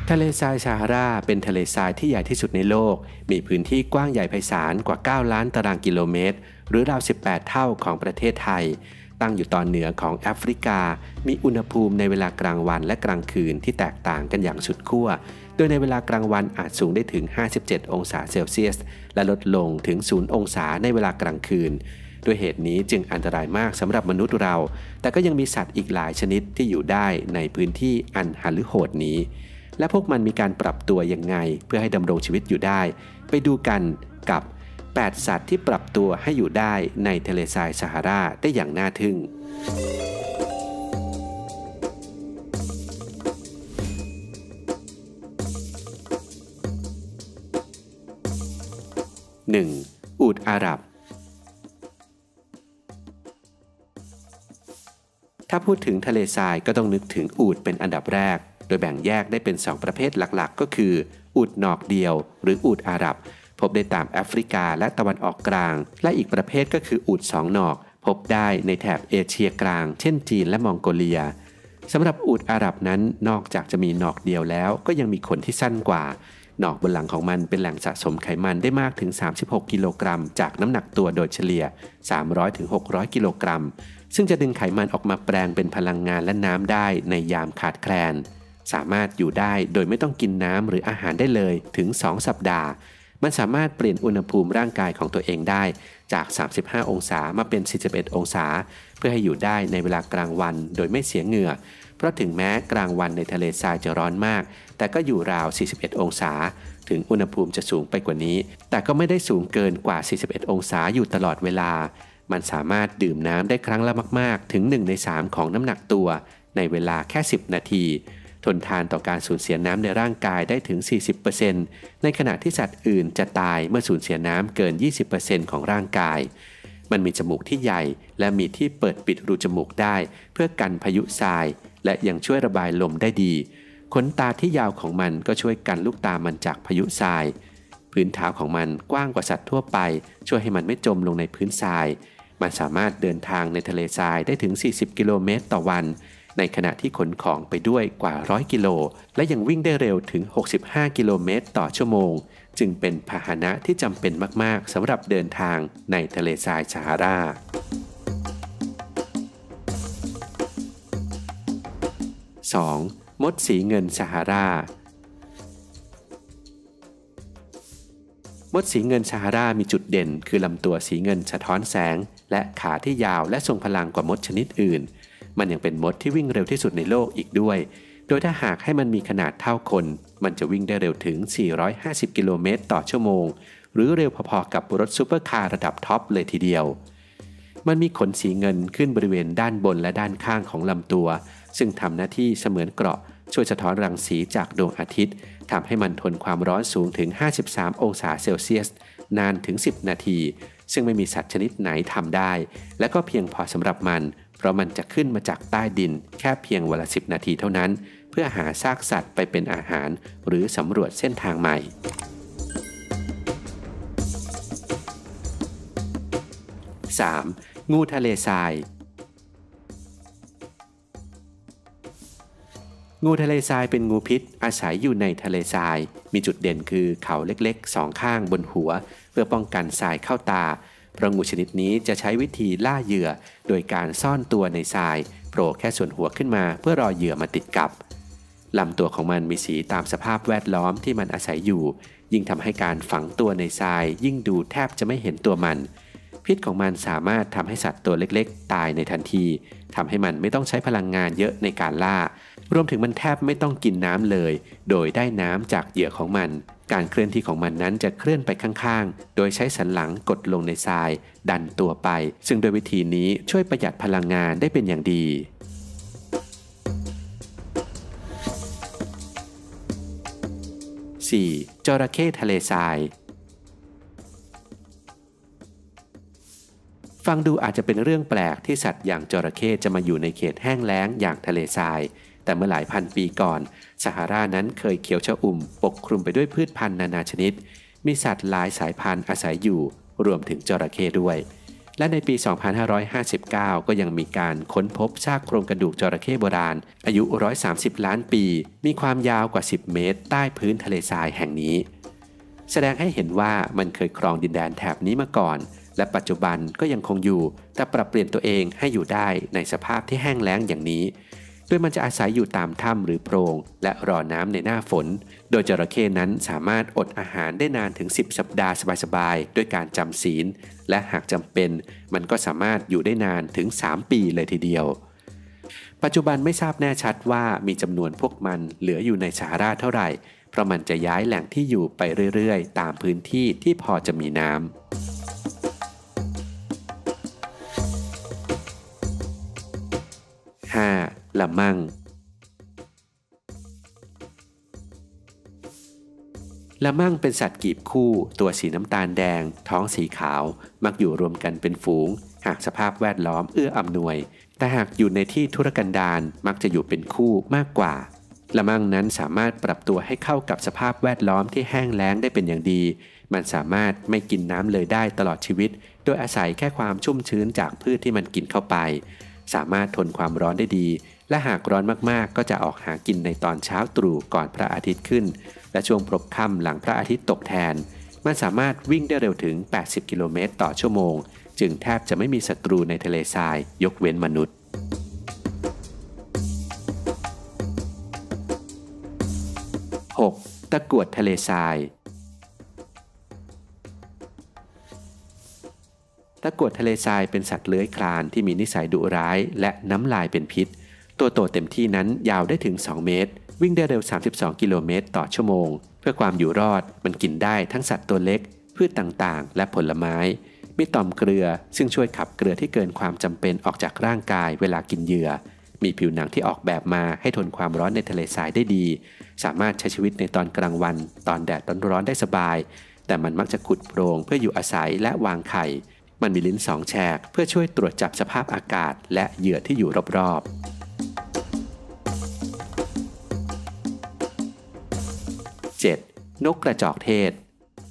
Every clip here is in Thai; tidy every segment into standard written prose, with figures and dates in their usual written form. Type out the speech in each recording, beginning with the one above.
ทะเลทรายซาฮาราเป็นทะเลทรายที่ใหญ่ที่สุดในโลกมีพื้นที่กว้างใหญ่ไพศาลกว่า9 ล้านตารางกิโลเมตรหรือราว18 เท่าของประเทศไทยตั้งอยู่ตอนเหนือของแอฟริกามีอุณหภูมิในเวลากลางวันและกลางคืนที่แตกต่างกันอย่างสุดขั้วโดยในเวลากลางวันอาจสูงได้ถึง57 องศาเซลเซียสและลดลงถึง0 องศาในเวลากลางคืนด้วยเหตุนี้จึงอันตรายมากสำหรับมนุษย์เราแต่ก็ยังมีสัตว์อีกหลายชนิดที่อยู่ได้ในพื้นที่อันหฤโหดนี้และพวกมันมีการปรับตัวยังไงเพื่อให้ดำรงชีวิตอยู่ได้ไปดูกันกับ8 สัตว์ที่ปรับตัวให้อยู่ได้ในทะเลทรายซาฮาราได้อย่างน่าทึ่ง 1. อูฐอาหรับถ้าพูดถึงทะเลทรายก็ต้องนึกถึงอูฐเป็นอันดับแรกโดยแบ่งแยกได้เป็น2 ประเภทหลักๆก็คืออูฐหนอกเดียวหรืออูฐอาหรับพบได้ตามแอฟริกาและตะวันออกกลางและอีกประเภทก็คืออูฐ2 หนอกพบได้ในแถบเอเชียกลางเช่นจีนและมองโกเลียสำหรับอูฐอาหรับนั้นนอกจากจะมีหนอกเดียวแล้วก็ยังมีขนที่สั้นกว่าหนอกบนหลังของมันเป็นแหล่งสะสมไขมันได้มากถึง36 กิโลกรัมจากน้ำหนักตัวโดยเฉลี่ย 300-600 กิโลกรัมซึ่งจะดึงไขมันออกมาแปลงเป็นพลังงานและน้ำได้ในยามขาดแคลนสามารถอยู่ได้โดยไม่ต้องกินน้ำหรืออาหารได้เลยถึง2 สัปดาห์มันสามารถเปลี่ยนอุณหภูมิร่างกายของตัวเองได้จาก35 องศามาเป็น41 องศาเพื่อให้อยู่ได้ในเวลากลางวันโดยไม่เสียเหงื่อเพราะถึงแม้กลางวันในทะเลทรายจะร้อนมากแต่ก็อยู่ราว41 องศาถึงอุณหภูมิจะสูงไปกว่านี้แต่ก็ไม่ได้สูงเกินกว่า41 องศาอยู่ตลอดเวลามันสามารถดื่มน้ำได้ครั้งละมากๆถึง1 ใน 3ของน้ำหนักตัวในเวลาแค่10 นาทีทนทานต่อการสูญเสียน้ำในร่างกายได้ถึง 40% ในขณะที่สัตว์อื่นจะตายเมื่อสูญเสียน้ำเกิน 20% ของร่างกายมันมีจมูกที่ใหญ่และมีที่เปิดปิดรูจมูกได้เพื่อกันพายุทรายและยังช่วยระบายลมได้ดีขนตาที่ยาวของมันก็ช่วยกันลูกตามันจากพายุทรายพื้นเท้าของมันกว้างกว่าสัตว์ทั่วไปช่วยให้มันไม่จมลงในพื้นทรายมันสามารถเดินทางในทะเลทรายได้ถึง40 กิโลเมตรต่อวันในขณะที่ขนของไปด้วยกว่า100 กิโลและยังวิ่งได้เร็วถึง65 กิโลเมตรต่อชั่วโมงจึงเป็นพาหนะที่จำเป็นมากๆสำหรับเดินทางในทะเลทรายซาฮารา 2. มดสีเงินซาฮารา มดสีเงินซาฮารามีจุดเด่นคือลำตัวสีเงินสะท้อนแสงและขาที่ยาวและทรงพลังกว่ามดชนิดอื่นมันยังเป็นมดที่วิ่งเร็วที่สุดในโลกอีกด้วยโดยถ้าหากให้มันมีขนาดเท่าคนมันจะวิ่งได้เร็วถึง450 กิโลเมตรต่อชั่วโมงหรือเร็วพอๆกับรถซุปเปอร์คาร์ระดับท็อปเลยทีเดียวมันมีขนสีเงินขึ้นบริเวณด้านบนและด้านข้างของลำตัวซึ่งทำหน้าที่เสมือนเกราะช่วยสะท้อนรังสีจากดวงอาทิตย์ทำให้มันทนความร้อนสูงถึง53 องศาเซลเซียสนานถึง10 นาทีซึ่งไม่มีสัตว์ชนิดไหนทำได้และก็เพียงพอสำหรับมันเพราะมันจะขึ้นมาจากใต้ดินแค่เพียงวันละ10 นาทีเท่านั้นเพื่อหาซากสัตว์ไปเป็นอาหารหรือสำรวจเส้นทางใหม่ 3. งูทะเลทรายงูทะเลทรายเป็นงูพิษอาศัยอยู่ในทะเลทรายมีจุดเด่นคือเขาเล็กๆ2 ข้างบนหัวเพื่อป้องกันทรายเข้าตาเพราะงูชนิดนี้จะใช้วิธีล่าเหยื่อโดยการซ่อนตัวในทรายโผล่แค่ส่วนหัวขึ้นมาเพื่อรอเหยื่อมาติดกับลำตัวของมันมีสีตามสภาพแวดล้อมที่มันอาศัยอยู่ยิ่งทำให้การฝังตัวในทรายยิ่งดูแทบจะไม่เห็นตัวมันพิษของมันสามารถทำให้สัตว์ตัวเล็กๆตายในทันทีทำให้มันไม่ต้องใช้พลังงานเยอะในการล่ารวมถึงมันแทบไม่ต้องกินน้ำเลยโดยได้น้ำจากเหยื่อของมันการเคลื่อนที่ของมันนั้นจะเคลื่อนไปข้างๆโดยใช้สันหลังกดลงในทรายดันตัวไปซึ่งโดยวิธีนี้ช่วยประหยัดพลังงานได้เป็นอย่างดี 4. จระเข้ทะเลทรายฟังดูอาจจะเป็นเรื่องแปลกที่สัตว์อย่างจระเข้จะมาอยู่ในเขตแห้งแล้งอย่างทะเลทรายแต่เมื่อหลายพันปีก่อนซาฮารานั้นเคยเขียวชอุ่มปกคลุมไปด้วยพืชพันธุ์นานาชนิดมีสัตว์หลายสายพันธุ์อาศัยอยู่รวมถึงจระเข้ด้วยและในปี 2559 ก็ยังมีการค้นพบซากโครงกระดูกจระเข้โบราณอายุ 130 ล้านปีมีความยาวกว่า 10 เมตรใต้พื้นทะเลทรายแห่งนี้แสดงให้เห็นว่ามันเคยครองดินแดนแถบนี้มาก่อนและปัจจุบันก็ยังคงอยู่แต่ปรับเปลี่ยนตัวเองให้อยู่ได้ในสภาพที่แห้งแล้งอย่างนี้โดยมันจะอาศัยอยู่ตามถ้ำหรือโพรงและรอน้ำในหน้าฝนโดยจระเข้นั้นสามารถอดอาหารได้นานถึง10 สัปดาห์สบายๆด้วยการจำศีลและหากจำเป็นมันก็สามารถอยู่ได้นานถึง3 ปีเลยทีเดียวปัจจุบันไม่ทราบแน่ชัดว่ามีจำนวนพวกมันเหลืออยู่ในซาฮาราเท่าไหร่เพราะมันจะย้ายแหล่งที่อยู่ไปเรื่อยๆตามพื้นที่ที่พอจะมีน้ำ5. ละมั่งละมั่งเป็นสัตว์กีบคู่ตัวสีน้ำตาลแดงท้องสีขาวมักอยู่รวมกันเป็นฝูงหากสภาพแวดล้อมเอื้ออำนวยแต่หากอยู่ในที่ทุรกันดารมักจะอยู่เป็นคู่มากกว่าละมั่งนั้นสามารถปรับตัวให้เข้ากับสภาพแวดล้อมที่แห้งแล้งได้เป็นอย่างดีมันสามารถไม่กินน้ำเลยได้ตลอดชีวิตโดยอาศัยแค่ความชุ่มชื้นจากพืชที่มันกินเข้าไปสามารถทนความร้อนได้ดีและหากร้อนมากๆก็จะออกหากินในตอนเช้าตรู่ก่อนพระอาทิตย์ขึ้นและช่วงพลบค่ำหลังพระอาทิตย์ตกแทนมันสามารถวิ่งได้เร็วถึง80 กิโลเมตรต่อชั่วโมงจึงแทบจะไม่มีศัตรูในทะเลทรายยกเว้นมนุษย์ 6. ตะกรวดทะเลทรายตะกรวดทะเลทรายเป็นสัตว์เลื้อยคลานที่มีนิสัยดุร้ายและน้ำลายเป็นพิษตัวโตเต็มที่นั้นยาวได้ถึง2 เมตรวิ่งได้เร็ว32 กิโลเมตรต่อชั่วโมงเพื่อความอยู่รอดมันกินได้ทั้งสัตว์ตัวเล็กพืชต่างๆและผลไม้มีต่อมเกลือซึ่งช่วยขับเกลือที่เกินความจำเป็นออกจากร่างกายเวลากินเหยื่อมีผิวหนังที่ออกแบบมาให้ทนความร้อนในทะเลทรายได้ดีสามารถใช้ชีวิตในตอนกลางวันตอนแดดร้อนๆได้สบายแต่มันมักจะขุดโพรงเพื่ออยู่อาศัยและวางไข่มันมีลิ้น2 แฉกเพื่อช่วยตรวจจับสภาพอากาศและเหยื่อที่อยู่รอบๆ 7. นกกระจอกเทศ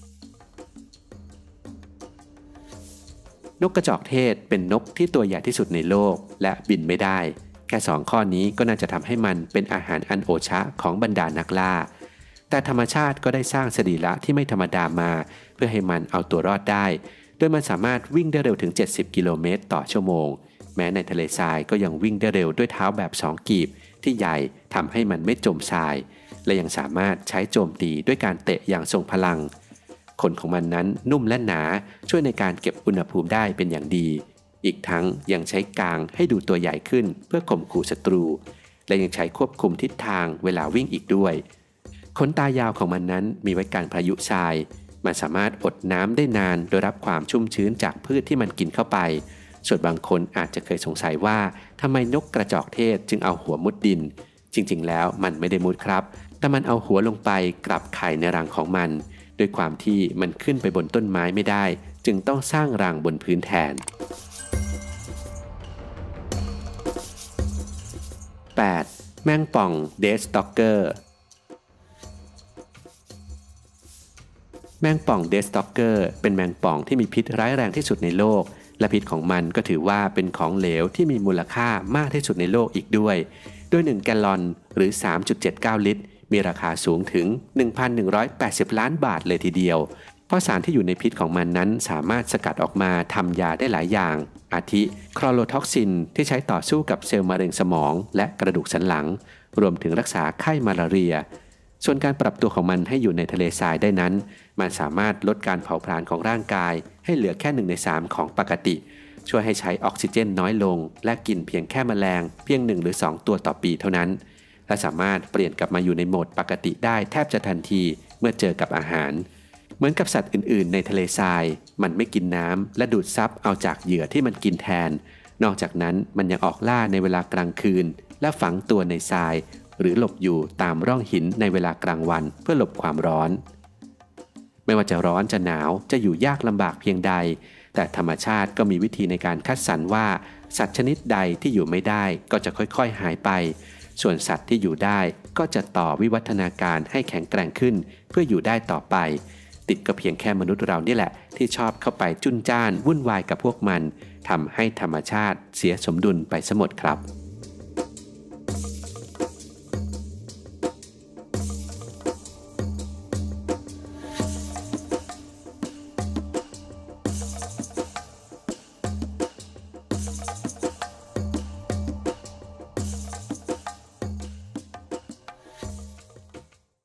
นกกระจอกเทศเป็นนกที่ตัวใหญ่ที่สุดในโลกและบินไม่ได้แค่2 ข้อนี้ก็น่าจะทำให้มันเป็นอาหารอันโอชะของบรรดานักล่าแต่ธรรมชาติก็ได้สร้างสรีระที่ไม่ธรรมดามาเพื่อให้มันเอาตัวรอดได้โดยมันสามารถวิ่งได้เร็วถึง70 กิโลเมตรต่อชั่วโมงแม้ในทะเลทรายก็ยังวิ่งได้เร็วด้วยเท้าแบบ2 กีบที่ใหญ่ทำให้มันไม่จมทรายและยังสามารถใช้โจมตีด้วยการเตะอย่างทรงพลังขนของมันนั้นนุ่มและหนาช่วยในการเก็บอุณหภูมิได้เป็นอย่างดีอีกทั้งยังใช้กางให้ดูตัวใหญ่ขึ้นเพื่อข่มขู่ศัตรูและยังใช้ควบคุมทิศทางเวลาวิ่งอีกด้วยขนตายาวของมันนั้นมีไว้กันพายุทรายมันสามารถอดน้ำได้นานโดยรับความชุ่มชื้นจากพืชที่มันกินเข้าไปส่วนบางคนอาจจะเคยสงสัยว่าทำไมนกกระจอกเทศจึงเอาหัวมุดดินจริงๆแล้วมันไม่ได้มุดครับแต่มันเอาหัวลงไปกลับไข่ในรังของมันด้วยความที่มันขึ้นไปบนต้นไม้ไม่ได้จึงต้องสร้างรังบนพื้นแทน 8. แมงป่องเดสต็อกเกอร์แมงป่องเดสต็อกเกอร์เป็นแมงป่องที่มีพิษร้ายแรงที่สุดในโลกและพิษของมันก็ถือว่าเป็นของเหลวที่มีมูลค่ามากที่สุดในโลกอีกด้วยโดย1 แกลลอนหรือ 3.79 ลิตรมีราคาสูงถึง 1,180 ล้านบาทเลยทีเดียวเพราะสารที่อยู่ในพิษของมันนั้นสามารถสกัดออกมาทำยาได้หลายอย่างอาทิคลอโรท็อกซินที่ใช้ต่อสู้กับเซลล์มะเร็งสมองและกระดูกสันหลังรวมถึงรักษาไข้มาลาเรียส่วนการปรับตัวของมันให้อยู่ในทะเลทรายได้นั้นมันสามารถลดการเผาผลาญของร่างกายให้เหลือแค่1 ใน 3ของปกติช่วยให้ใช้ออกซิเจนน้อยลงและกินเพียงแค่แมลงเพียง1 หรือ 2 ตัวต่อปีเท่านั้นและสามารถเปลี่ยนกลับมาอยู่ในโหมดปกติได้แทบจะทันทีเมื่อเจอกับอาหารเหมือนกับสัตว์อื่นๆในทะเลทรายมันไม่กินน้ำและดูดซับเอาจากเหยื่อที่มันกินแทนนอกจากนั้นมันยังออกล่าในเวลากลางคืนและฝังตัวในทรายหรือหลบอยู่ตามร่องหินในเวลากลางวันเพื่อหลบความร้อนไม่ว่าจะร้อนจะหนาวจะอยู่ยากลำบากเพียงใดแต่ธรรมชาติก็มีวิธีในการคัดสรรว่าสัตว์ชนิดใดที่อยู่ไม่ได้ก็จะค่อยๆหายไปส่วนสัตว์ที่อยู่ได้ก็จะต่อวิวัฒนาการให้แข็งแกร่งขึ้นเพื่ออยู่ได้ต่อไปติดก็เพียงแค่มนุษย์เรานี่แหละที่ชอบเข้าไปจุนจ้านวุ่นวายกับพวกมันทำให้ธรรมชาติเสียสมดุลไปซะหมดครับ